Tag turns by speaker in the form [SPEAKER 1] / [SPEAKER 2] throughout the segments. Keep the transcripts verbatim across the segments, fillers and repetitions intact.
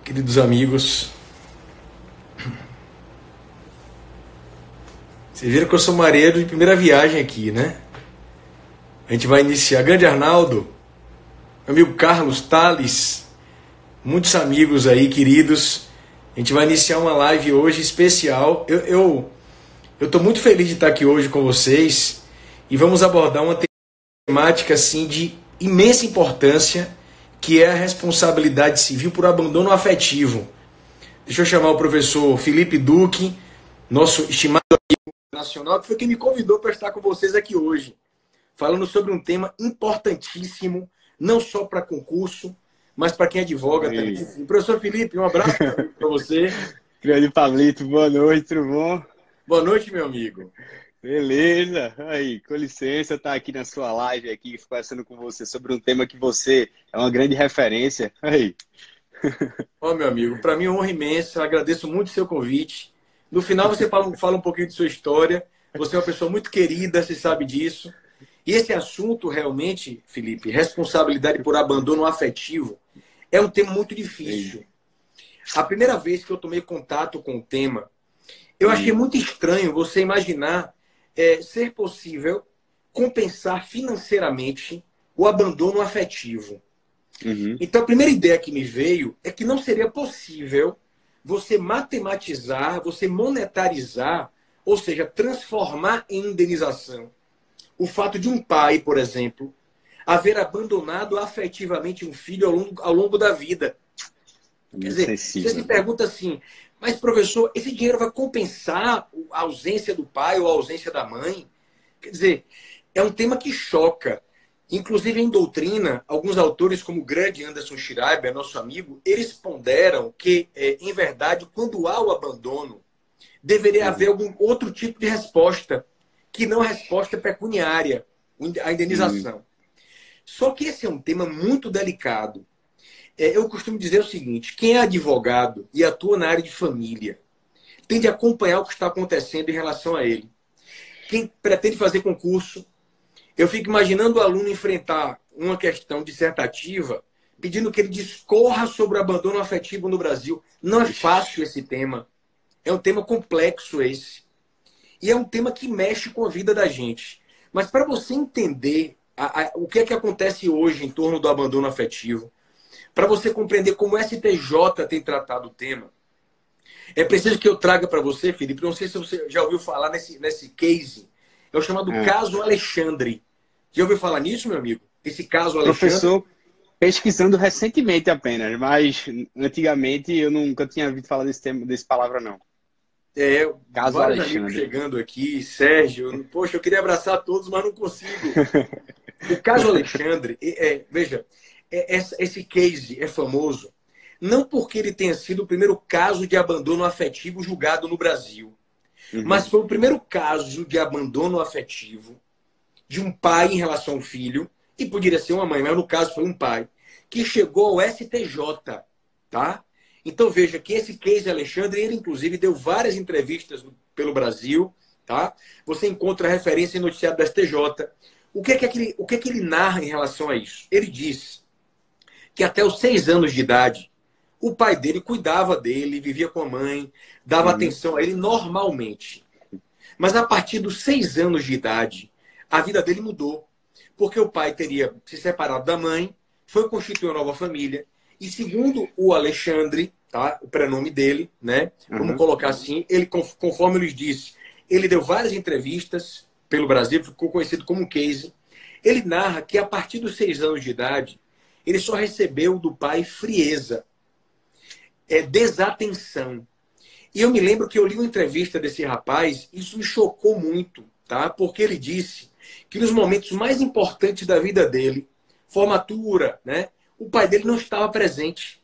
[SPEAKER 1] Queridos amigos, vocês viram que eu sou marinheiro de primeira viagem aqui, né? A gente vai iniciar. Grande Arnaldo, meu amigo Carlos, Thales, muitos amigos aí, queridos. A gente vai iniciar uma live hoje especial. Eu eu eu tô muito feliz de estar aqui hoje com vocês e vamos abordar uma temática assim de imensa importância, que é a responsabilidade civil por abandono afetivo. Deixa eu chamar o professor Felipe Duque, nosso estimado amigo nacional, que foi quem me convidou para estar com vocês aqui hoje, falando sobre um tema importantíssimo, não só para concurso, mas para quem advoga também. Enfim, professor Felipe, um abraço para você.
[SPEAKER 2] Grande Pablito, boa noite, tudo bom?
[SPEAKER 1] Boa noite, meu amigo.
[SPEAKER 2] Beleza, aí, com licença, tá aqui na sua live, aqui, conversando com você sobre um tema que você é uma grande referência. Aí.
[SPEAKER 1] Ó, meu amigo, para mim é uma honra imensa, agradeço muito o seu convite. No final você fala, fala um pouquinho de sua história, você é uma pessoa muito querida, você sabe disso. E esse assunto realmente, Felipe, responsabilidade por abandono afetivo, é um tema muito difícil. A primeira vez que eu tomei contato com o tema, eu achei muito estranho você imaginar é, ser possível compensar financeiramente o abandono afetivo.
[SPEAKER 2] Uhum.
[SPEAKER 1] Então, a primeira ideia que me veio é que não seria possível você matematizar, você monetarizar, ou seja, transformar em indenização o fato de um pai, por exemplo, haver abandonado afetivamente um filho ao longo, ao longo da vida. Quer dizer, você se pergunta assim, mas professor, esse dinheiro vai compensar a ausência do pai ou a ausência da mãe? Quer dizer, é um tema que choca. Inclusive, em doutrina, alguns autores, como o grande Anderson Schreiber, nosso amigo, eles ponderam que, em verdade, quando há o abandono, deveria haver algum outro tipo de resposta, que não a resposta pecuniária, a indenização. Uhum. Só que esse é um tema muito delicado. Eu costumo dizer o seguinte, quem é advogado e atua na área de família, tem de acompanhar o que está acontecendo em relação a ele. Quem pretende fazer concurso, eu fico imaginando o aluno enfrentar uma questão dissertativa pedindo que ele discorra sobre o abandono afetivo no Brasil. Não é fácil esse tema. É um tema complexo esse. E é um tema que mexe com a vida da gente. Mas para você entender a, a, o que é que acontece hoje em torno do abandono afetivo, para você compreender como o S T J tem tratado o tema, é preciso que eu traga para você, Felipe, não sei se você já ouviu falar nesse, nesse case, é o chamado é. caso Alexandre. Já ouviu falar nisso, meu amigo? Esse caso Alexandre?
[SPEAKER 2] Professor, pesquisando recentemente apenas, mas antigamente eu nunca tinha ouvido falar desse tema, desse palavra, não.
[SPEAKER 1] É,
[SPEAKER 2] caso
[SPEAKER 1] vários
[SPEAKER 2] Alexandre.
[SPEAKER 1] amigos chegando aqui, Sérgio, poxa, eu queria abraçar todos, mas não consigo. O caso Alexandre, é, é, veja, é, esse case é famoso não porque ele tenha sido o primeiro caso de abandono afetivo julgado no Brasil, uhum. mas foi o primeiro caso de abandono afetivo de um pai em relação ao filho, e poderia ser uma mãe, mas no caso foi um pai, que chegou ao S T J, tá? Então veja que esse case Alexandre, ele inclusive deu várias entrevistas pelo Brasil, tá? Você encontra referência em noticiário do S T J. O que é que ele, o que é que ele narra em relação a isso? Ele diz que até os seis anos de idade, o pai dele cuidava dele, vivia com a mãe, dava uhum. atenção a ele normalmente. Mas a partir dos seis anos de idade, a vida dele mudou. Porque o pai teria se separado da mãe, foi constituir uma nova família, e segundo o Alexandre, tá, o prenome dele, né, uhum. vamos colocar assim, ele, conforme ele disse, ele deu várias entrevistas pelo Brasil, ficou conhecido como case. Ele narra que a partir dos seis anos de idade, ele só recebeu do pai frieza, é, desatenção. E eu me lembro que eu li uma entrevista desse rapaz, isso me chocou muito, tá? Porque ele disse que nos momentos mais importantes da vida dele, formatura, né? O pai dele não estava presente.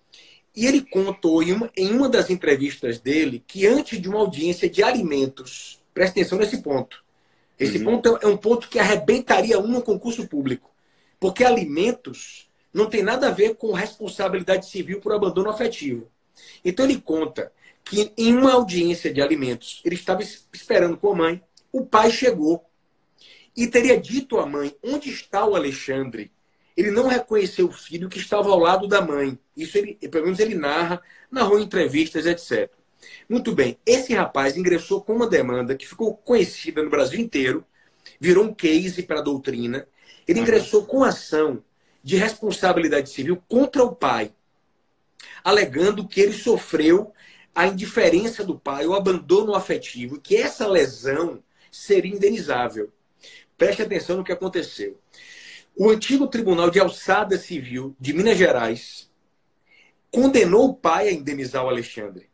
[SPEAKER 1] E ele contou em uma, em uma das entrevistas dele que antes de uma audiência de alimentos, presta atenção nesse ponto. Esse uhum. ponto é um ponto que arrebentaria um no concurso público. Porque alimentos não tem nada a ver com responsabilidade civil por abandono afetivo. Então ele conta que em uma audiência de alimentos, ele estava esperando com a mãe, o pai chegou e teria dito à mãe, onde está o Alexandre? ele não reconheceu o filho que estava ao lado da mãe. Isso ele, pelo menos ele narra, narrou em entrevistas, etcétera. Muito bem, esse rapaz ingressou com uma demanda que ficou conhecida no Brasil inteiro, virou um case para a doutrina. Ele ingressou com ação de responsabilidade civil contra o pai, alegando que ele sofreu a indiferença do pai, o abandono afetivo, e que essa lesão seria indenizável. Preste atenção no que aconteceu. O antigo Tribunal de Alçada Civil de Minas Gerais condenou o pai a indenizar o Alexandre.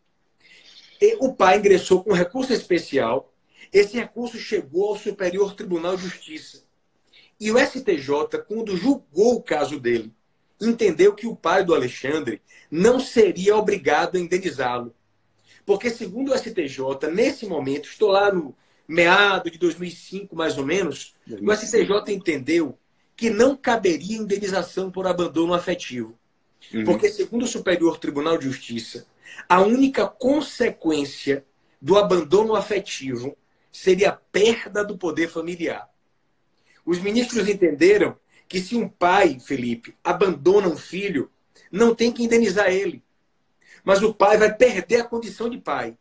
[SPEAKER 1] E o pai ingressou com um recurso especial. Esse recurso chegou ao Superior Tribunal de Justiça. E o S T J, quando julgou o caso dele, entendeu que o pai do Alexandre não seria obrigado a indenizá-lo. Porque, segundo o S T J, nesse momento, estou lá no meado de dois mil e cinco, mais ou menos, o S T J entendeu que não caberia indenização por abandono afetivo. Uhum. Porque, segundo o Superior Tribunal de Justiça, a única consequência do abandono afetivo seria a perda do poder familiar. Os ministros entenderam que se um pai, Felipe, abandona um filho, não tem que indenizar ele. Mas o pai vai perder a condição de pai.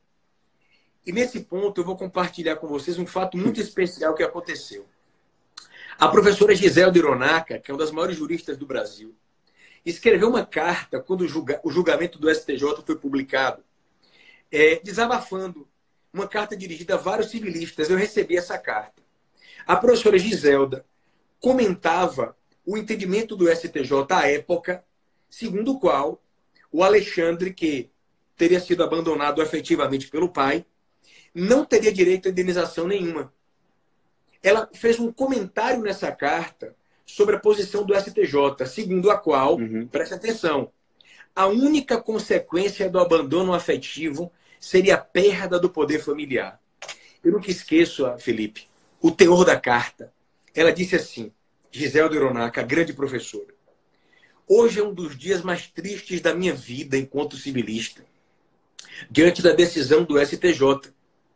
[SPEAKER 1] E nesse ponto eu vou compartilhar com vocês um fato muito especial que aconteceu. A professora Giselda Hironaka, que é uma das maiores juristas do Brasil, escreveu uma carta quando o, julga, o julgamento do S T J foi publicado, é, desabafando. Uma carta dirigida a vários civilistas. Eu recebi essa carta. A professora Giselda comentava o entendimento do S T J à época, segundo o qual o Alexandre, que teria sido abandonado afetivamente pelo pai, não teria direito a indenização nenhuma. Ela fez um comentário nessa carta sobre a posição do S T J, segundo a qual, uhum. preste atenção, a única consequência do abandono afetivo seria a perda do poder familiar. Eu nunca esqueço, Felipe, o teor da carta. Ela disse assim, Giselda Hironaka, a grande professora, hoje é um dos dias mais tristes da minha vida enquanto civilista, diante da decisão do S T J.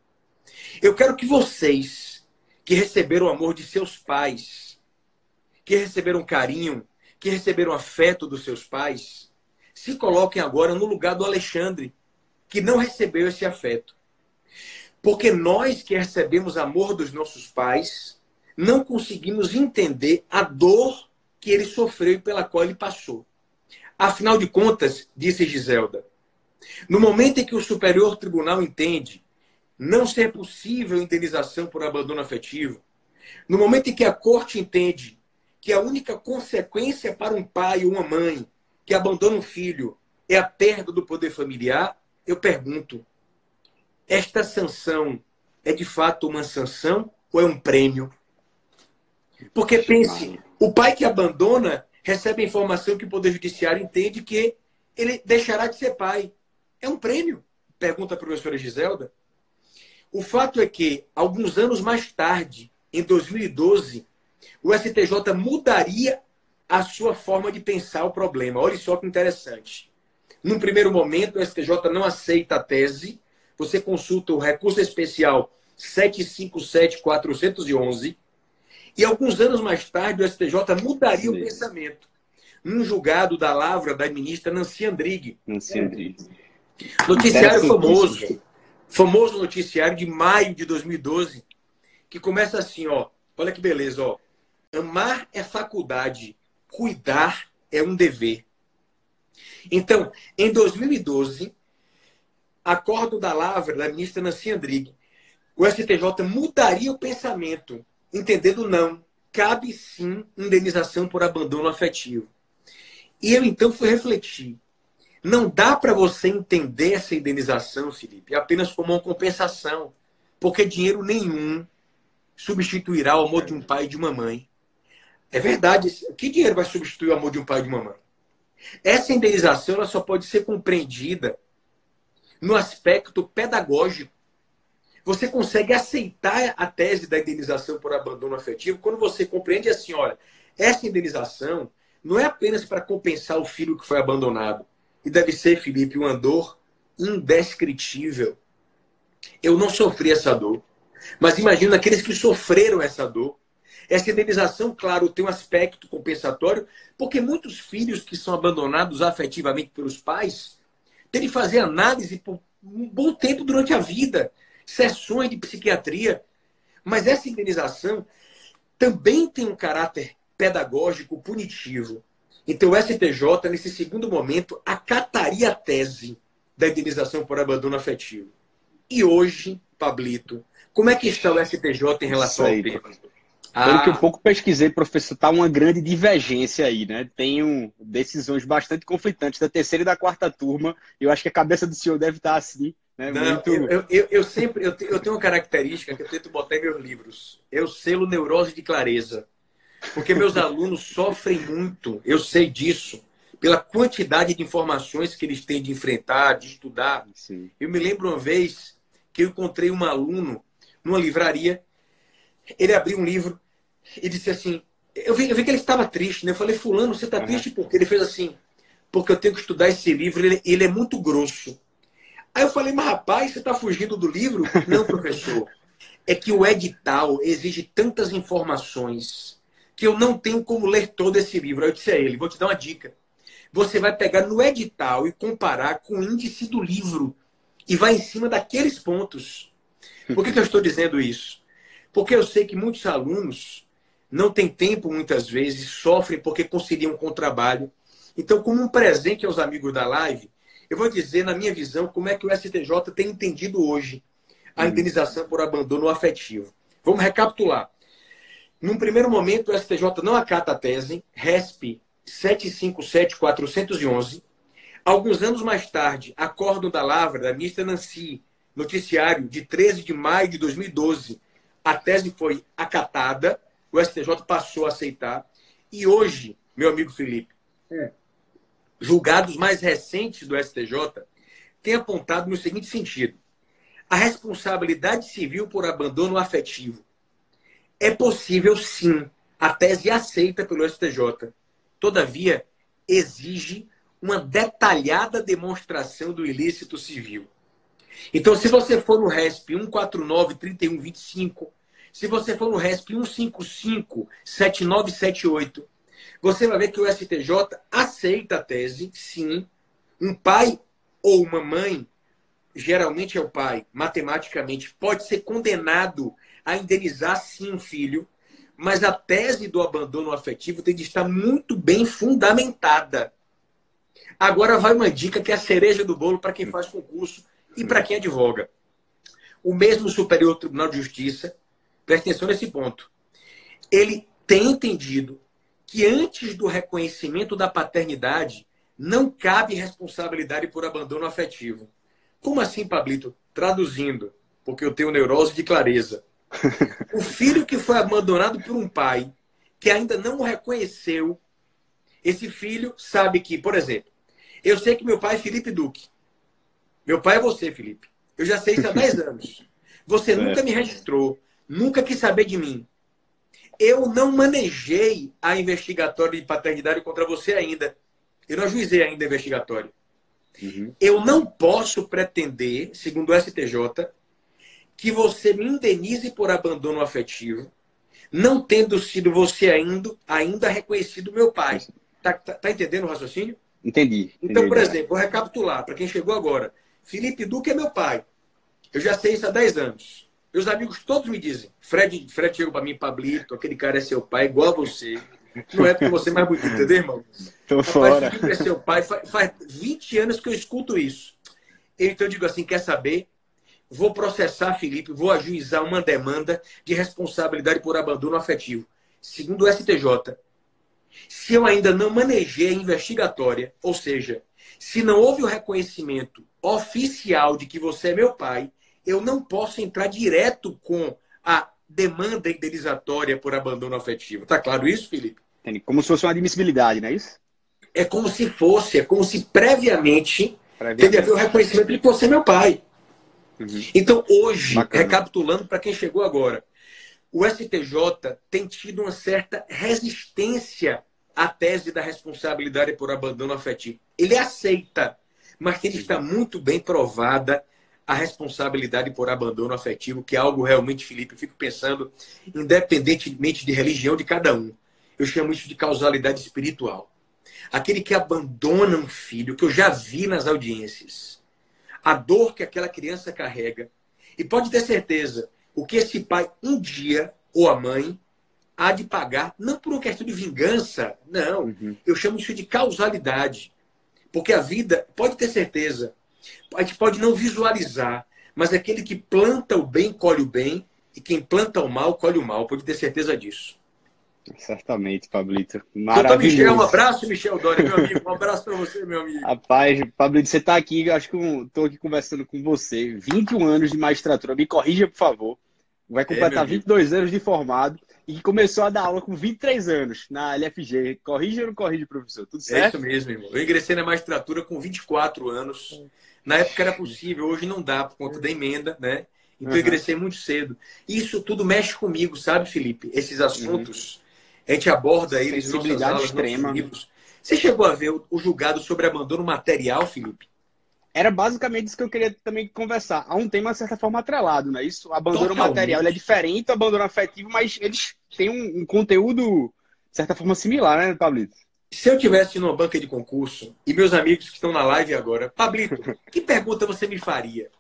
[SPEAKER 1] Eu quero que vocês, que receberam o amor de seus pais, que receberam carinho, que receberam afeto dos seus pais, se coloquem agora no lugar do Alexandre, que não recebeu esse afeto. Porque nós que recebemos amor dos nossos pais, não conseguimos entender a dor que ele sofreu e pela qual ele passou. Afinal de contas, disse Giselda, no momento em que o Superior Tribunal entende não ser possível indenização por abandono afetivo, no momento em que a Corte entende que a única consequência para um pai ou uma mãe que abandona um filho é a perda do poder familiar, eu pergunto, esta sanção é de fato uma sanção ou é um prêmio? Porque pense, o pai que abandona recebe a informação que o Poder Judiciário entende que ele deixará de ser pai. É um prêmio? Pergunta a professora Giselda. O fato é que, alguns anos mais tarde, em dois mil e doze, o S T J mudaria a sua forma de pensar o problema. Olha só que interessante. Num primeiro momento, o S T J não aceita a tese. Você consulta o recurso especial setecentos e cinquenta e sete ponto quatrocentos e onze. E alguns anos mais tarde, o S T J mudaria Sim. o pensamento. Num julgado da Lavra da ministra Nancy Andrighi.
[SPEAKER 2] Nancy Andrighi.
[SPEAKER 1] Noticiário famoso. Famoso noticiário de maio de dois mil e doze. Que começa assim, ó. Olha que beleza, ó. Amar é faculdade. Cuidar é um dever. Então, em dois mil e doze, acordo da Lavra da ministra Nancy Andrighi, o S T J mudaria o pensamento, entendendo não, cabe sim indenização por abandono afetivo. E eu então fui refletir. Não dá para você entender essa indenização, Felipe, apenas como uma compensação, porque dinheiro nenhum substituirá o amor de um pai e de uma mãe. É verdade. Que dinheiro vai substituir o amor de um pai e de uma mãe? Essa indenização ela só pode ser compreendida no aspecto pedagógico. Você consegue aceitar a tese da indenização por abandono afetivo quando você compreende assim, olha, essa indenização não é apenas para compensar o filho que foi abandonado. E deve ser, Felipe, uma dor indescritível. Eu não sofri essa dor. Mas imagina aqueles que sofreram essa dor. Essa indenização, claro, tem um aspecto compensatório, porque muitos filhos que são abandonados afetivamente pelos pais têm de fazer análise por um bom tempo durante a vida, sessões de psiquiatria. Mas essa indenização também tem um caráter pedagógico punitivo. Então o S T J, nesse segundo momento, acataria a tese da indenização por abandono afetivo. E hoje, Pablito, como é que está o S T J em relação ao tema?
[SPEAKER 2] Pelo que eu pouco pesquisei, professor, está uma grande divergência aí, né? Tem decisões bastante conflitantes da terceira e da quarta turma. E eu acho que a cabeça do senhor deve estar assim, né?
[SPEAKER 1] Não,
[SPEAKER 2] Muito...
[SPEAKER 1] eu, eu, eu sempre eu, eu tenho uma característica que eu tento botar em meus livros. Eu selo neurose de clareza. Porque meus alunos sofrem muito, eu sei disso, pela quantidade de informações que eles têm de enfrentar, de estudar.
[SPEAKER 2] Sim.
[SPEAKER 1] Eu me lembro uma vez que eu encontrei um aluno numa livraria, ele abriu um livro e disse assim, eu vi, eu vi que ele estava triste, né? Eu falei, fulano, você está
[SPEAKER 2] Uhum.
[SPEAKER 1] triste por quê? Ele fez assim, porque eu tenho que estudar esse livro, ele, ele é muito grosso. Aí eu falei, mas rapaz, você está fugindo do livro? Não, professor. É que o edital exige tantas informações que eu não tenho como ler todo esse livro. Aí eu disse a ele, vou te dar uma dica. Você vai pegar no edital e comparar com o índice do livro e vai em cima daqueles pontos. Por que, que eu estou dizendo isso? Porque eu sei que muitos alunos não têm tempo, muitas vezes, sofrem porque conciliam com o trabalho. Então, como um presente aos amigos da live, eu vou dizer, na minha visão, como é que o S T J tem entendido hoje a indenização por abandono afetivo. Vamos recapitular. Num primeiro momento, o S T J não acata a tese, R E S P sete cinco sete quatrocentos e onze. Alguns anos mais tarde, Acórdão da Lavra, da ministra Nancy, noticiário de treze de maio de dois mil e doze, a tese foi acatada, o S T J passou a aceitar, e hoje, meu amigo Felipe, é. julgados mais recentes do S T J têm apontado no seguinte sentido: a responsabilidade civil por abandono afetivo é possível, sim, a tese aceita pelo S T J. Todavia, exige uma detalhada demonstração do ilícito civil. Então, se você for no R E S P cento e quarenta e nove, trinta e um, vinte e cinco, se você for no R E S P cento e cinquenta e cinco, setenta e nove, setenta e oito, você vai ver que o S T J aceita a tese, sim. Um pai ou uma mãe, geralmente é o pai, matematicamente, pode ser condenado a indenizar, sim, um filho, mas a tese do abandono afetivo tem de estar muito bem fundamentada. Agora vai uma dica que é a cereja do bolo para quem faz concurso e para quem advoga. O mesmo Superior Tribunal de Justiça, presta atenção nesse ponto, ele tem entendido que antes do reconhecimento da paternidade não cabe responsabilidade por abandono afetivo. Como assim, Pablito? Traduzindo, porque eu tenho neurose de clareza. O filho que foi abandonado por um pai que ainda não o reconheceu, esse filho sabe que, por exemplo, eu sei que meu pai é Felipe Duque. Meu pai é você, Felipe. Eu já sei isso há dez anos. Você nunca me registrou, nunca quis saber de mim. Eu não manejei a investigatória de paternidade contra você ainda. Eu não ajuizei ainda a investigatória. Uhum. Eu não posso pretender, segundo o S T J, que você me indenize por abandono afetivo, não tendo sido você ainda, ainda reconhecido meu pai. Tá, tá, tá entendendo o raciocínio?
[SPEAKER 2] Entendi.
[SPEAKER 1] Então,
[SPEAKER 2] entendi.
[SPEAKER 1] por exemplo, vou recapitular, para quem chegou agora. Felipe Duque é meu pai. Eu já sei isso há dez anos. Meus amigos todos me dizem, Fred, Fred chegou para mim, Pablito, aquele cara é seu pai, igual a você. Não é porque você é mais bonito, entendeu, irmão?
[SPEAKER 2] Tô fora.
[SPEAKER 1] Felipe é seu pai. Faz, faz vinte anos que eu escuto isso. Então eu digo assim, quer saber? Vou processar Felipe, vou ajuizar uma demanda de responsabilidade por abandono afetivo. Segundo o S T J, se eu ainda não manejei a investigatória, ou seja, se não houve o reconhecimento oficial de que você é meu pai, eu não posso entrar direto com a demanda indenizatória por abandono afetivo. Tá claro isso, Felipe?
[SPEAKER 2] Entendi. Como se fosse uma admissibilidade, não é isso?
[SPEAKER 1] É como se fosse, é como se previamente,
[SPEAKER 2] previamente.
[SPEAKER 1] teve a ver o reconhecimento de que você é meu pai.
[SPEAKER 2] Uhum.
[SPEAKER 1] Então, hoje,
[SPEAKER 2] Bacana.
[SPEAKER 1] recapitulando para quem chegou agora, o S T J tem tido uma certa resistência à tese da responsabilidade por abandono afetivo. Ele aceita, mas ele está muito bem provada a responsabilidade por abandono afetivo, que é algo realmente, Felipe, eu fico pensando, independentemente de religião de cada um. Eu chamo isso de causalidade espiritual. Aquele que abandona um filho, que eu já vi nas audiências, a dor que aquela criança carrega, e pode ter certeza, o que esse pai um dia, ou a mãe, há de pagar, não por uma questão de vingança, não.
[SPEAKER 2] Uhum.
[SPEAKER 1] Eu chamo isso de causalidade. Porque a vida, pode ter certeza, a gente pode não visualizar, mas aquele que planta o bem, colhe o bem, e quem planta o mal, colhe o mal. Pode ter certeza disso.
[SPEAKER 2] Certamente, Pablito.
[SPEAKER 1] Doutor Michel, um
[SPEAKER 2] Maravilhoso.
[SPEAKER 1] abraço, Michel Dória, meu amigo. Um abraço para você, meu amigo.
[SPEAKER 2] Rapaz, Pablito, você está aqui, acho que estou aqui conversando com você. vinte e um anos de magistratura, me corrija, por favor. Vai completar
[SPEAKER 1] É,
[SPEAKER 2] vinte e dois anos de formado e que começou a dar aula com vinte e três anos na L F G. Corrige ou não corrige, professor? Tudo certo?
[SPEAKER 1] É isso mesmo, irmão. Eu ingressei na magistratura com vinte e quatro anos. Na época era possível, hoje não dá, por conta da emenda, né? Então eu ingressei muito cedo. Isso tudo mexe comigo, sabe, Felipe? Esses assuntos, uhum. A gente aborda eles em nossas aulas, extrema. Nossos livros. Você chegou a ver o julgado sobre abandono material, Felipe?
[SPEAKER 2] Era basicamente isso que eu queria também conversar. Há um tema, de certa forma, atrelado, não é isso? O abandono
[SPEAKER 1] Totalmente.
[SPEAKER 2] material ele é diferente do abandono afetivo, mas eles têm um, um conteúdo, de certa forma, similar, né, Pablito?
[SPEAKER 1] Se eu tivesse numa banca de concurso e meus amigos que estão na live agora, Pablito, que pergunta você me faria?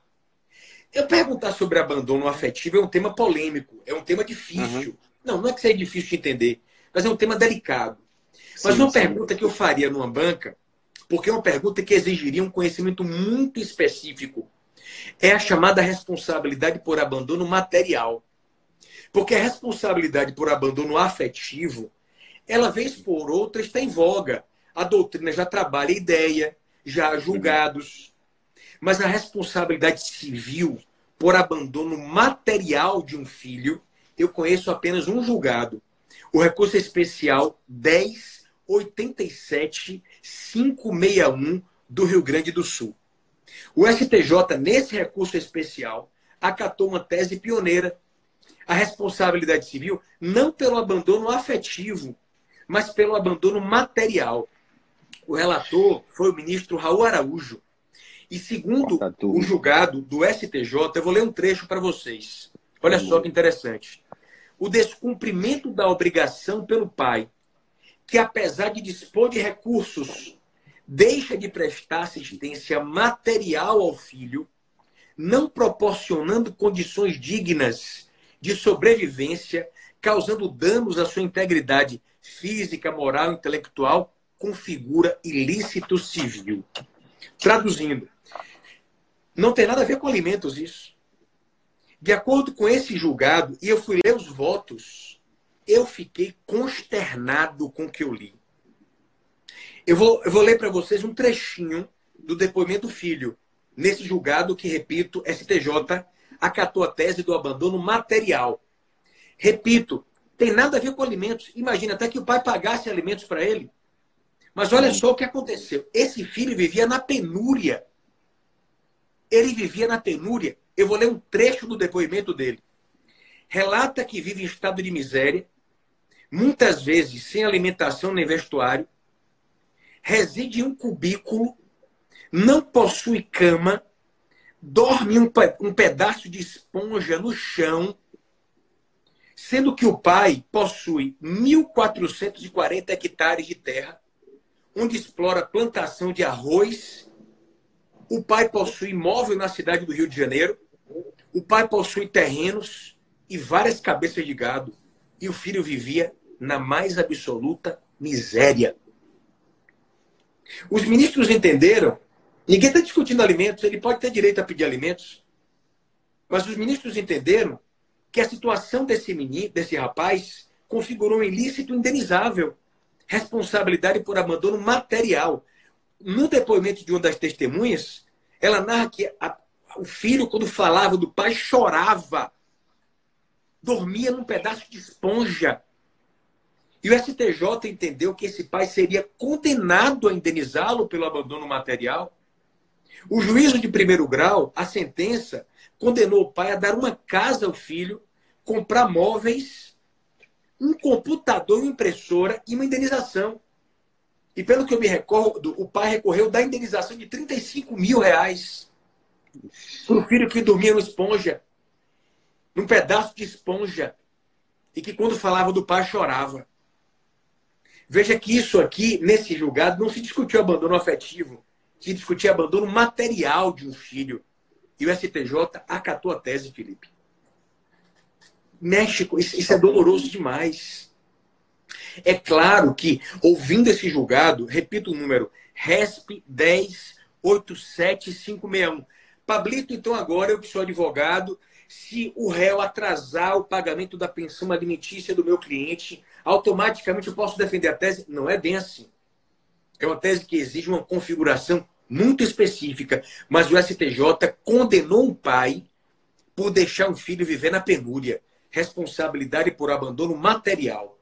[SPEAKER 1] Eu perguntar sobre abandono afetivo é um tema polêmico, é um tema difícil. Uhum. Não, não é que seja difícil de entender, mas é um tema delicado. Mas sim, uma sim. pergunta que eu faria numa banca, porque é uma pergunta que exigiria um conhecimento muito específico, é a chamada responsabilidade por abandono material. Porque a responsabilidade por abandono afetivo, ela, vez por outra, está em voga. A doutrina já trabalha a ideia, já há julgados. Mas a responsabilidade civil por abandono material de um filho, eu conheço apenas um julgado. O recurso especial dez oitenta e sete quinhentos e sessenta e um do Rio Grande do Sul. O S T J, nesse recurso especial, acatou uma tese pioneira. A responsabilidade civil não pelo abandono afetivo, mas pelo abandono material. O relator foi o ministro Raul Araújo. E segundo o julgado do S T J, eu vou ler um trecho para vocês. Olha só que interessante. O descumprimento da obrigação pelo pai, que apesar de dispor de recursos, deixa de prestar assistência material ao filho, não proporcionando condições dignas de sobrevivência, causando danos à sua integridade física, moral e intelectual, configura ilícito civil. Traduzindo, não tem nada a ver com alimentos isso. De acordo com esse julgado, e eu fui ler os votos, eu fiquei consternado com o que eu li. Eu vou, eu vou ler para vocês um trechinho do depoimento do filho, nesse julgado que, repito, S T J acatou a tese do abandono material. Repito, tem nada a ver com alimentos. Imagina até que o pai pagasse alimentos para ele. Mas olha só o que aconteceu. Esse filho vivia na penúria. Ele vivia na penúria. Eu vou ler um trecho do depoimento dele. Relata que vive em estado de miséria, muitas vezes sem alimentação nem vestuário, reside em um cubículo, não possui cama, dorme em um, um pedaço de esponja no chão, sendo que o pai possui mil quatrocentos e quarenta hectares de terra, onde explora plantação de arroz. O pai possui imóvel na cidade do Rio de Janeiro. O pai possui terrenos e várias cabeças de gado. E o filho vivia na mais absoluta miséria. Os ministros entenderam. Ninguém está discutindo alimentos. Ele pode ter direito a pedir alimentos. Mas os ministros entenderam que a situação desse menino, desse rapaz, configurou um ilícito indenizável. Responsabilidade por abandono material. No depoimento de uma das testemunhas, ela narra que a, o filho, quando falava do pai, chorava. Dormia num pedaço de esponja. E o S T J entendeu que esse pai seria condenado a indenizá-lo pelo abandono material. O juízo de primeiro grau, a sentença, condenou o pai a dar uma casa ao filho, comprar móveis, um computador, uma impressora e uma indenização. E pelo que eu me recordo, o pai recorreu da indenização de trinta e cinco mil reais. Para o filho que dormia no esponja, num pedaço de esponja, e que quando falava do pai chorava. Veja que isso aqui, nesse julgado, não se discutiu abandono afetivo, se discutiu abandono material de um filho. E o S T J acatou a tese, Felipe. México, isso, isso é doloroso demais. É claro que, ouvindo esse julgado, repito o número, R E S P dez oito sete cinco seis um. Pablito, então agora eu que sou advogado, se o réu atrasar o pagamento da pensão alimentícia do meu cliente, automaticamente eu posso defender a tese? Não é bem assim. É uma tese que exige uma configuração muito específica, mas o S T J condenou um pai por deixar um filho viver na penúria. Responsabilidade por abandono material.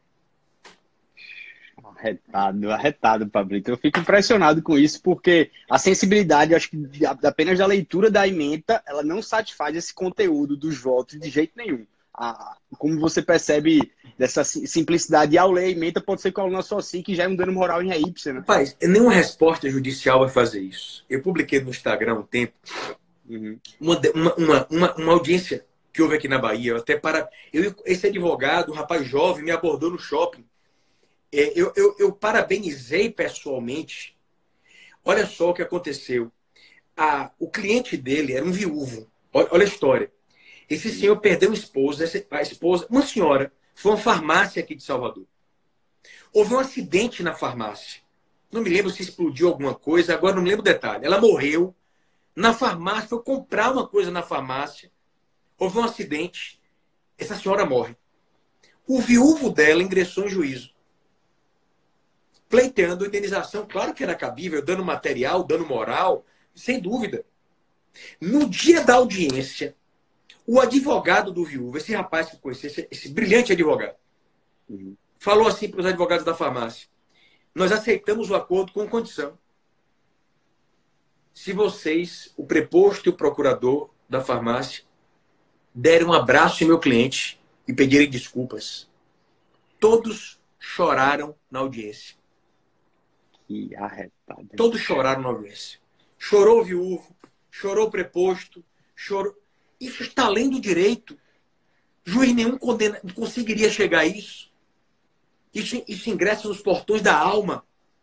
[SPEAKER 2] Arretado, arretado, Pablito. Eu fico impressionado com isso, porque a sensibilidade, acho que apenas da leitura da ementa, ela não satisfaz esse conteúdo dos votos de jeito nenhum. Ah, como você percebe dessa simplicidade ao ler a ementa, pode ser que o aluno associe que já é um dano moral em reípse, né?
[SPEAKER 1] Rapaz, nenhuma resposta judicial vai fazer isso. Eu publiquei no Instagram há um tempo uhum. uma, uma, uma, uma audiência que houve aqui na Bahia. Até para eu, esse advogado, um rapaz jovem, me abordou no shopping. É, eu, eu, eu parabenizei pessoalmente. Olha só o que aconteceu. A, o cliente dele era um viúvo. Olha, olha a história. Esse senhor perdeu uma esposa, a esposa, uma senhora, foi uma farmácia aqui de Salvador. Houve um acidente na farmácia. Não me lembro se explodiu alguma coisa, agora não me lembro o detalhe. Ela morreu na farmácia, foi comprar uma coisa na farmácia. Houve um acidente, essa senhora morre. O viúvo dela ingressou em juízo, pleiteando a indenização. Claro que era cabível, dano material, dano moral, sem dúvida. No dia da audiência, o advogado do viúvo, esse rapaz que eu conheci, esse, esse brilhante advogado, uhum. falou assim para os advogados da farmácia: nós aceitamos o acordo com condição. Se vocês, o preposto e o procurador da farmácia, derem um abraço em meu cliente e pedirem desculpas. Todos choraram na audiência.
[SPEAKER 2] Que arretado.
[SPEAKER 1] Todos choraram na audiência. Chorou o viúvo, chorou o preposto, chorou... Isso está além do direito. Juiz nenhum condena... conseguiria chegar a isso. Isso, isso ingressa nos portões da alma.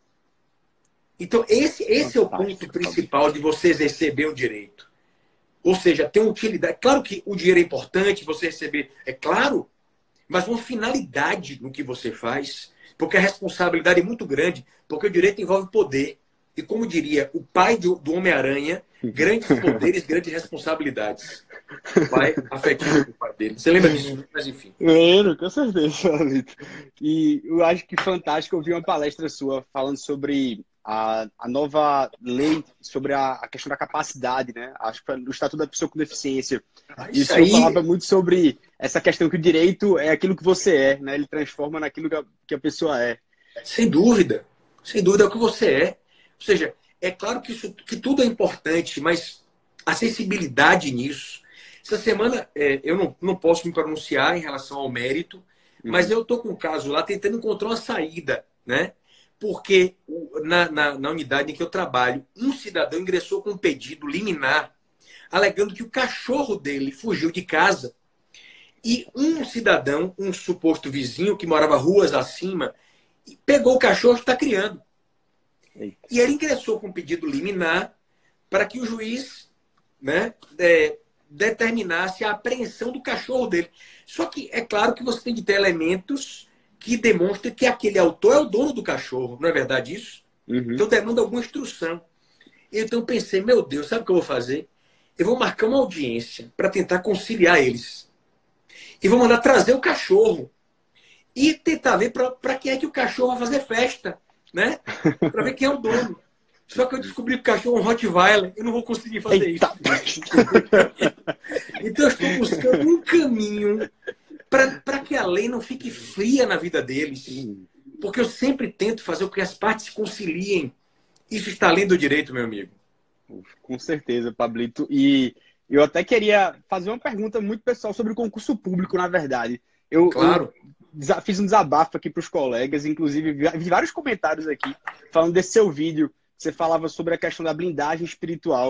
[SPEAKER 1] Então, esse, esse é o ponto principal de você exercer bem o direito. Ou seja, ter uma utilidade. Claro que o dinheiro é importante, você receber, é claro, mas uma finalidade no que você faz, porque a responsabilidade é muito grande, porque o direito envolve poder. E como diria o pai do, do Homem-Aranha, grandes poderes, grandes responsabilidades. O pai afetivo do pai dele. Você lembra disso? Mas enfim.
[SPEAKER 2] Lembro, com certeza, Vitor. E eu acho que fantástico ouvir uma palestra sua falando sobre a, a nova lei, sobre a, a questão da capacidade, né? Acho que o Estatuto da Pessoa com Deficiência. Ah, isso isso aí... falava muito sobre essa questão que o direito é aquilo que você é, né? Ele transforma naquilo que a, que a pessoa é.
[SPEAKER 1] Sem dúvida. Sem dúvida é o que você é. Ou seja, é claro que, isso, que tudo é importante, mas a sensibilidade nisso. Essa semana, é, eu não, não posso me pronunciar em relação ao mérito, uhum. mas eu estou com um caso lá tentando encontrar uma saída, né? Porque na, na, na unidade em que eu trabalho, um cidadão ingressou com um pedido liminar, alegando que o cachorro dele fugiu de casa e um cidadão, um suposto vizinho que morava ruas acima, pegou o cachorro e está criando. Eita. E ele ingressou com um pedido liminar para que o juiz, né, é, determinasse a apreensão do cachorro dele. Só que é claro que você tem que ter elementos que demonstrem que aquele autor é o dono do cachorro. Não é verdade isso? Uhum. Então demanda alguma instrução. Então eu pensei, meu Deus, sabe o que eu vou fazer? Eu vou marcar uma audiência para tentar conciliar eles. E vou mandar trazer o cachorro. E tentar ver para quem é que o cachorro vai fazer festa. Né? Para ver quem é o dono. Só que eu descobri que o cachorro é um Rottweiler. Eu não vou conseguir fazer Eita. isso. Então eu estou buscando um caminho para que a lei não fique fria na vida deles. Porque eu sempre tento fazer com que as partes se conciliem. Isso está além do direito, meu amigo.
[SPEAKER 2] Com certeza, Pablito. E eu até queria fazer uma pergunta muito pessoal sobre o concurso público, na verdade. Eu,
[SPEAKER 1] claro.
[SPEAKER 2] Eu fiz um desabafo aqui para os colegas, inclusive vi vários comentários aqui falando desse seu vídeo. Você falava sobre a questão da blindagem espiritual.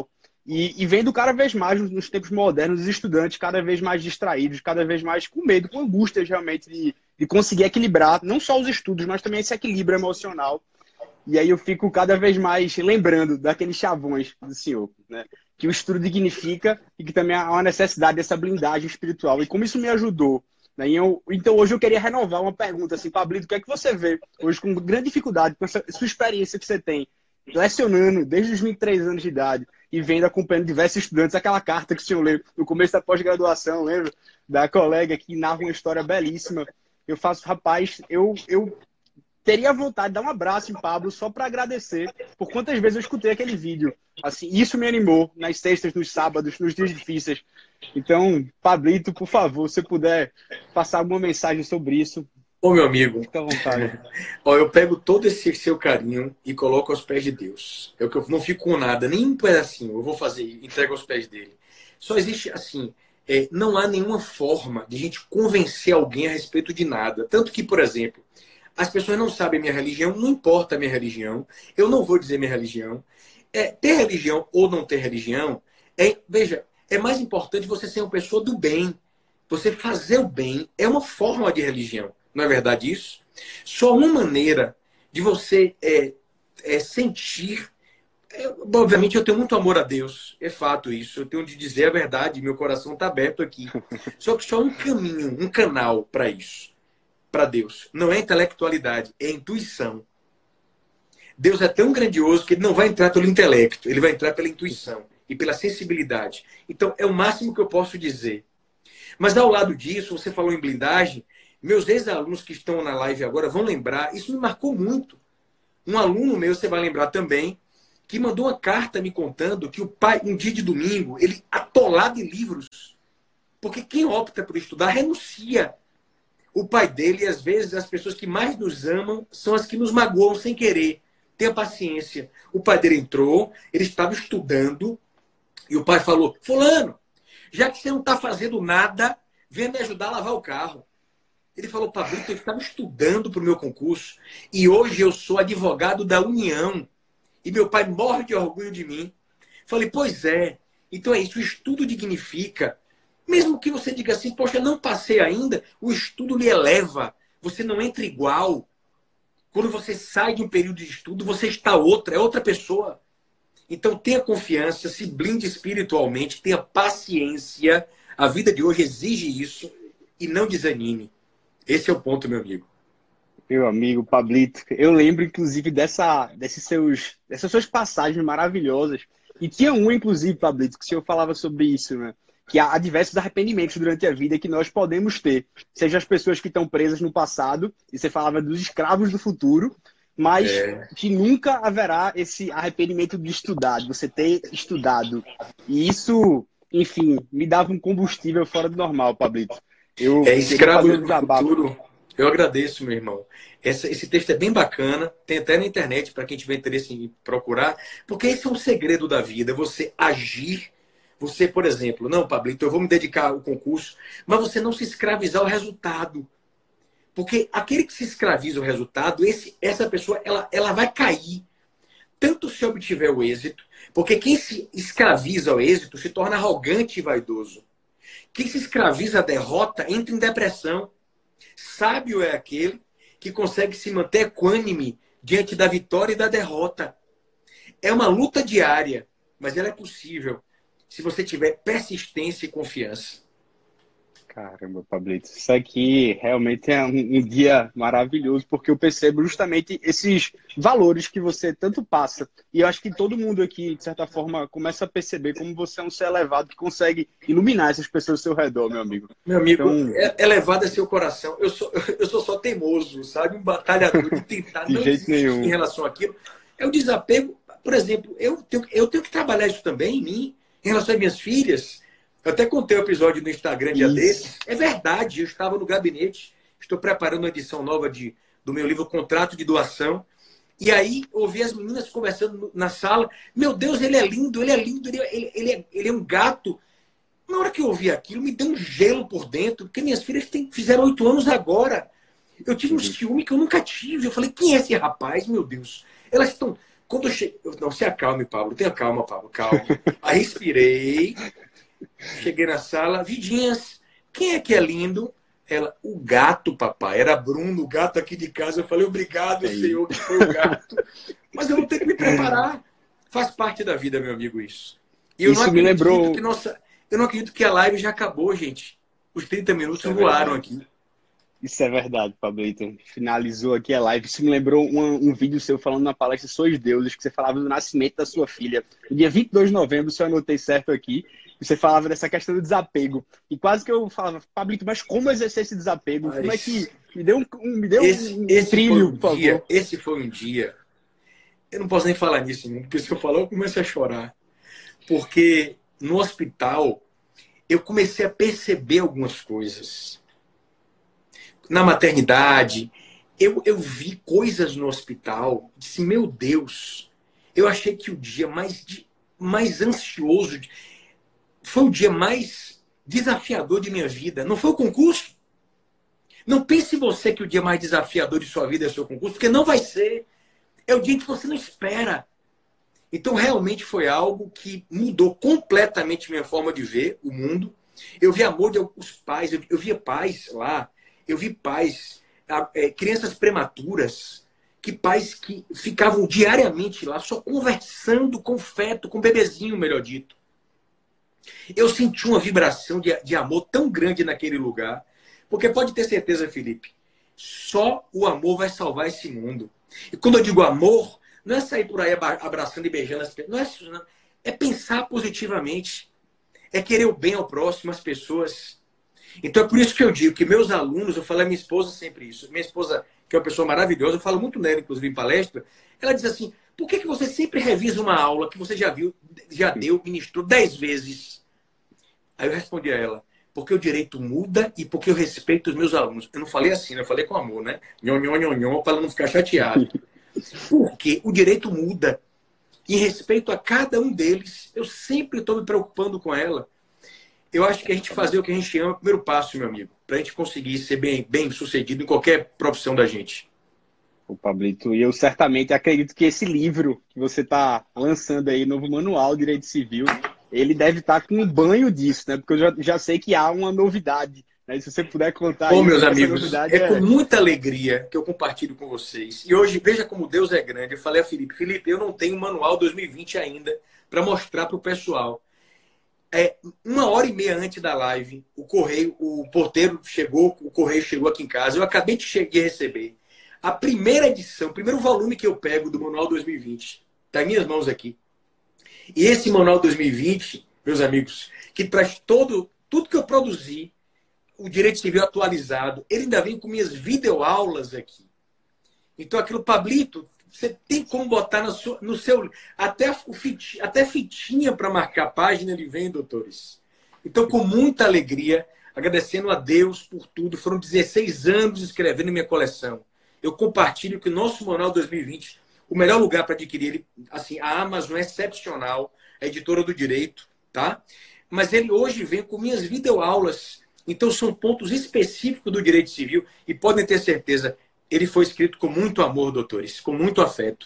[SPEAKER 2] E, e vendo cada vez mais nos tempos modernos os estudantes cada vez mais distraídos, cada vez mais com medo, com angústias realmente de, de conseguir equilibrar não só os estudos, mas também esse equilíbrio emocional. E aí eu fico cada vez mais lembrando daqueles chavões do senhor, né? Que o estudo dignifica e que também há uma necessidade dessa blindagem espiritual. E como isso me ajudou, né? E eu, então hoje eu queria renovar uma pergunta assim, Pablito, o que é que você vê hoje com grande dificuldade, com essa sua experiência que você tem, lecionando desde os vinte e três anos de idade e vendo, acompanhando diversos estudantes, aquela carta que o senhor leu no começo da pós-graduação, lembra? Da colega que narra uma história belíssima. Eu faço, rapaz, eu... eu teria vontade de dar um abraço em Pablo só para agradecer por quantas vezes eu escutei aquele vídeo. Assim, isso me animou nas sextas, nos sábados, nos dias difíceis. Então, Pablito, por favor, se puder passar alguma mensagem sobre isso.
[SPEAKER 1] Ô, meu amigo,
[SPEAKER 2] fica à vontade.
[SPEAKER 1] Ó, eu pego todo esse seu carinho e coloco aos pés de Deus. É o que eu não fico com nada, nem um pedacinho. Eu vou fazer, entrego aos pés dele. Só existe assim, é, não há nenhuma forma de a gente convencer alguém a respeito de nada. Tanto que, por exemplo, as pessoas não sabem minha religião, não importa a minha religião, eu não vou dizer minha religião. É, ter religião ou não ter religião, é, veja, é mais importante você ser uma pessoa do bem. Você fazer o bem é uma forma de religião. Não é verdade isso? Só uma maneira de você é, é, sentir... É, obviamente eu tenho muito amor a Deus, é fato isso. Eu tenho de dizer a verdade, meu coração está aberto aqui. Só que só um caminho, um canal para isso. Para Deus. Não é intelectualidade, é intuição. Deus é tão grandioso que ele não vai entrar pelo intelecto, ele vai entrar pela intuição e pela sensibilidade. Então, é o máximo que eu posso dizer. Mas, ao lado disso, você falou em blindagem, meus ex-alunos que estão na live agora vão lembrar, isso me marcou muito. Um aluno meu, você vai lembrar também, que mandou uma carta me contando que o pai, um dia de domingo, ele atolado em livros. Porque quem opta por estudar renuncia. O pai dele, e às vezes, as pessoas que mais nos amam são as que nos magoam sem querer. Tenha paciência. O pai dele entrou, ele estava estudando, e o pai falou, fulano, já que você não está fazendo nada, venha me ajudar a lavar o carro. Ele falou, Pablito, eu estava estudando para o meu concurso, e hoje eu sou advogado da União, e meu pai morre de orgulho de mim. Falei, pois é, então é isso, o estudo dignifica. Mesmo que você diga assim, poxa, não passei ainda, o estudo lhe eleva. Você não entra igual. Quando você sai de um período de estudo, você está outra, é outra pessoa. Então tenha confiança, se blinde espiritualmente, tenha paciência. A vida de hoje exige isso e não desanime. Esse é o ponto, meu amigo.
[SPEAKER 2] Meu amigo Pablito, eu lembro inclusive dessa, desses seus, dessas suas passagens maravilhosas. E tinha um, inclusive, Pablito, que o senhor falava sobre isso, né? Que há diversos arrependimentos durante a vida que nós podemos ter. Seja as pessoas que estão presas no passado, e você falava dos escravos do futuro, mas é. que nunca haverá esse arrependimento de estudar, de você ter estudado. E isso, enfim, me dava um combustível fora do normal, Pablito.
[SPEAKER 1] Eu é escravo do futuro. Eu agradeço, meu irmão. Essa, esse texto é bem bacana, tem até na internet para quem tiver interesse em procurar, porque esse é um segredo da vida, você agir. Você, por exemplo, não, Pablito, eu vou me dedicar ao concurso, mas você não se escravizar ao resultado. Porque aquele que se escraviza ao resultado, esse, essa pessoa ela, ela vai cair. Tanto se obtiver o êxito, porque quem se escraviza ao êxito se torna arrogante e vaidoso. Quem se escraviza à derrota entra em depressão. Sábio é aquele que consegue se manter equânime diante da vitória e da derrota. É uma luta diária, mas ela é possível se você tiver persistência e confiança.
[SPEAKER 2] Caramba, Pablito, isso aqui realmente é um, um dia maravilhoso, porque eu percebo justamente esses valores que você tanto passa. E eu acho que todo mundo aqui, de certa forma, começa a perceber como você é um ser elevado que consegue iluminar essas pessoas ao seu redor, meu amigo.
[SPEAKER 1] Meu amigo, então... elevado é seu coração. Eu sou, eu sou só teimoso, sabe? Um batalhador de tentar
[SPEAKER 2] de
[SPEAKER 1] não
[SPEAKER 2] jeito nenhum.
[SPEAKER 1] Em relação àquilo. É o desapego. Por exemplo, eu tenho, eu tenho que trabalhar isso também em mim. Em relação às minhas filhas, eu até contei um episódio no Instagram dia desses. É verdade, eu estava no gabinete, estou preparando uma edição nova de, do meu livro Contrato de Doação. E aí, ouvi as meninas conversando na sala. Meu Deus, ele é lindo, ele é lindo, ele, ele, ele, é, ele é um gato. Na hora que eu ouvi aquilo, me deu um gelo por dentro, porque minhas filhas têm, fizeram oito anos agora. Eu tive um ciúme que eu nunca tive. Eu falei, quem é esse rapaz, meu Deus? Elas estão Quando eu cheguei... Não, se acalme, Pablo. Tenha calma, Pablo. Calma. Aí respirei. Cheguei na sala. Vidinhas, quem é que é lindo? Ela, o gato, papai. Era Bruno, o gato aqui de casa. Eu falei, obrigado,
[SPEAKER 2] Aí.
[SPEAKER 1] Senhor, que foi o gato. Mas eu vou ter que me preparar. Faz parte da vida, meu amigo, isso. E eu
[SPEAKER 2] Isso
[SPEAKER 1] não
[SPEAKER 2] me
[SPEAKER 1] acredito
[SPEAKER 2] lembrou...
[SPEAKER 1] que nossa... Eu não acredito que a live já acabou, gente. Os trinta minutos
[SPEAKER 2] É
[SPEAKER 1] voaram
[SPEAKER 2] verdade.
[SPEAKER 1] aqui.
[SPEAKER 2] Isso é verdade, Pablito. Finalizou aqui a live. Isso me lembrou um, um vídeo seu falando na palestra Sois Deuses, que você falava do nascimento da sua filha. No dia vinte e dois de novembro, se eu anotei certo aqui, você falava dessa questão do desapego. E quase que eu falava, Pablito, mas como exercer esse desapego? Como é que...
[SPEAKER 1] Mas
[SPEAKER 2] Me deu um, um- me deu
[SPEAKER 1] esse,
[SPEAKER 2] um, um
[SPEAKER 1] esse foi
[SPEAKER 2] trilho,
[SPEAKER 1] um
[SPEAKER 2] por
[SPEAKER 1] dia,
[SPEAKER 2] favor.
[SPEAKER 1] esse foi um dia. Eu não posso nem falar nisso, porque se eu falar, eu começo a chorar. Porque no hospital, eu comecei a perceber algumas coisas. Na maternidade, eu, eu vi coisas no hospital. Disse, meu Deus, eu achei que o dia mais, de- mais ansioso foi o dia mais desafiador de minha vida. Não foi o concurso? Não pense você que o dia mais desafiador de sua vida é o seu concurso, porque não vai ser. É o dia em que você não espera. Então, realmente foi algo que mudou completamente minha forma de ver o mundo. Eu vi amor de alguns pais, eu, eu via pais lá, eu vi pais, é, crianças prematuras, que pais que ficavam diariamente lá só conversando com feto, com bebezinho, melhor dito. Eu senti uma vibração de, de amor tão grande naquele lugar, porque pode ter certeza, Felipe, só o amor vai salvar esse mundo. E quando eu digo amor, não é sair por aí abraçando e beijando as pessoas. Não é isso, não. É pensar positivamente. É querer o bem ao próximo, às pessoas. Então é por isso que eu digo que meus alunos, eu falo a minha esposa sempre isso. Minha esposa, que é uma pessoa maravilhosa, eu falo muito nela, inclusive em palestra, ela diz assim, por que, que você sempre revisa uma aula que você já viu, já deu, ministrou dez vezes? Aí eu respondi a ela, porque o direito muda e porque eu respeito os meus alunos. Eu não falei assim, eu falei com amor, né? Nhon, nhon, nhon, nhon, para ela não ficar chateado. Porque o direito muda. Em respeito a cada um deles, eu sempre estou me preocupando com ela. Eu acho que a gente fazer o que a gente ama é o primeiro passo, meu amigo, para a gente conseguir ser bem, bem sucedido em qualquer profissão da gente.
[SPEAKER 2] O Pablito, e eu certamente acredito que esse livro que você está lançando aí, novo Manual de Direito Civil, ele deve estar com um banho disso, né? Porque eu já, já sei que há uma novidade, né? Se você puder contar
[SPEAKER 1] Bom,
[SPEAKER 2] aí,
[SPEAKER 1] meus
[SPEAKER 2] porque essa
[SPEAKER 1] amigos,
[SPEAKER 2] novidade
[SPEAKER 1] é com
[SPEAKER 2] é...
[SPEAKER 1] muita alegria que eu compartilho com vocês. E hoje, veja como Deus é grande. Eu falei a Felipe, Felipe, eu não tenho o manual dois mil e vinte ainda para mostrar para o pessoal. É, uma hora e meia antes da live, o correio, o porteiro chegou, o correio chegou aqui em casa. Eu acabei de, chegar, de receber a primeira edição, o primeiro volume que eu pego do manual dois mil e vinte. Está em minhas mãos aqui. E esse manual dois mil e vinte, meus amigos, que traz todo, tudo que eu produzi, o direito civil atualizado, ele ainda vem com minhas videoaulas aqui. Então, aquilo, Pablito, você tem como botar no seu, no seu até, o fit, até fitinha para marcar a página, ele vem, doutores. Então, com muita alegria, agradecendo a Deus por tudo, foram dezesseis anos escrevendo minha coleção. Eu compartilho que o nosso Manual dois mil e vinte, o melhor lugar para adquirir ele, assim, a Amazon é excepcional, a editora do direito, tá? Mas ele hoje vem com minhas videoaulas. Então, são pontos específicos do direito civil e podem ter certeza, ele foi escrito com muito amor, doutores, com muito afeto.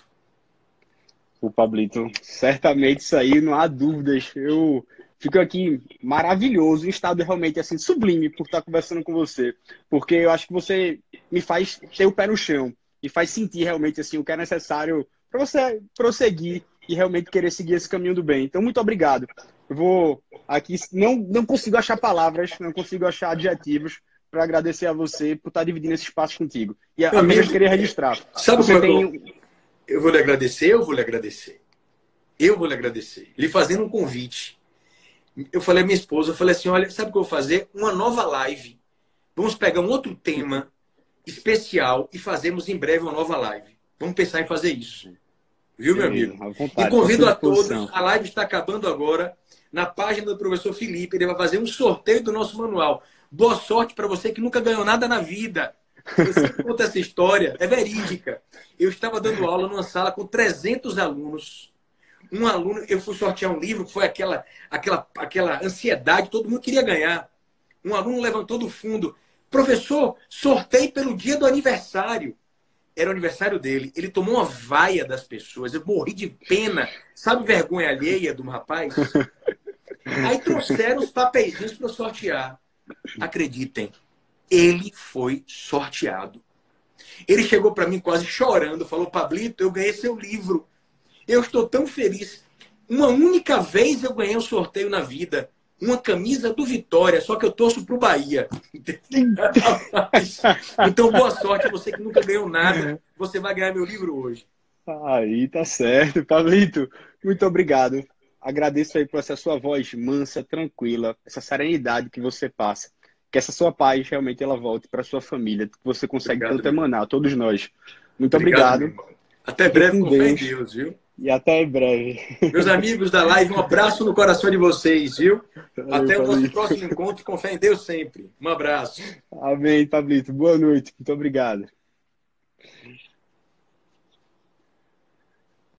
[SPEAKER 2] O Pablito, certamente isso aí, não há dúvidas. Eu fico aqui maravilhoso, em estado realmente assim, sublime por estar conversando com você. Porque eu acho que você me faz ter o pé no chão e faz sentir realmente assim, o que é necessário para você prosseguir e realmente querer seguir esse caminho do bem. Então, muito obrigado. Eu vou aqui, não, não consigo achar palavras, não consigo achar adjetivos para agradecer a você por estar dividindo esse espaço contigo. E
[SPEAKER 1] Meu
[SPEAKER 2] apenas
[SPEAKER 1] amigo,
[SPEAKER 2] querer registrar.
[SPEAKER 1] sabe
[SPEAKER 2] Você
[SPEAKER 1] como é que
[SPEAKER 2] tem...
[SPEAKER 1] eu, eu vou lhe agradecer? Eu vou lhe agradecer. Eu vou lhe agradecer. Lhe fazendo um convite. Eu falei à minha esposa, eu falei assim, olha, sabe o que eu vou fazer? Uma nova live. Vamos pegar um outro tema especial e fazermos em breve uma nova live. Vamos pensar em fazer isso. Viu, meu amigo?
[SPEAKER 2] À vontade,
[SPEAKER 1] E
[SPEAKER 2] estou à
[SPEAKER 1] convido
[SPEAKER 2] sua
[SPEAKER 1] a todos,
[SPEAKER 2] disposição.
[SPEAKER 1] a live está acabando agora, na página do professor Felipe, ele vai fazer um sorteio do nosso manual. Boa sorte para você que nunca ganhou nada na vida. Eu sempre conto essa história, é verídica. Eu estava dando aula numa sala com trezentos alunos. Um aluno, eu fui sortear um livro, foi aquela, aquela, aquela ansiedade, todo mundo queria ganhar. Um aluno levantou do fundo, professor, sorteio pelo dia do aniversário. era o aniversário dele. Ele tomou uma vaia das pessoas. Eu morri de pena. Sabe vergonha alheia do rapaz? Aí trouxeram os papeizinhos para eu sortear. Acreditem, ele foi sorteado. Ele chegou para mim quase chorando. Falou, Pablito, eu ganhei seu livro. Eu estou tão feliz. Uma única vez eu ganhei um sorteio na vida. Uma camisa do Vitória, só que eu torço pro Bahia. Então, boa sorte a você que nunca ganhou nada. Você vai ganhar meu livro hoje.
[SPEAKER 2] Aí, tá certo. Pablito, muito obrigado. Agradeço aí por essa sua voz mansa, tranquila, essa serenidade que você passa. Que essa sua paz realmente ela volte para sua família, que você consegue
[SPEAKER 1] Obrigado,
[SPEAKER 2] tanto emanar, todos nós. Muito
[SPEAKER 1] obrigado.
[SPEAKER 2] obrigado.
[SPEAKER 1] Até breve, com fé em Deus, viu?
[SPEAKER 2] E até em breve.
[SPEAKER 1] Meus amigos da live, um abraço no coração de vocês, viu?
[SPEAKER 2] Valeu,
[SPEAKER 1] Até o nosso
[SPEAKER 2] Pablito.
[SPEAKER 1] próximo encontro. Com fé em Deus sempre. Um abraço.
[SPEAKER 2] Amém, Pablito. Boa noite. Muito obrigado.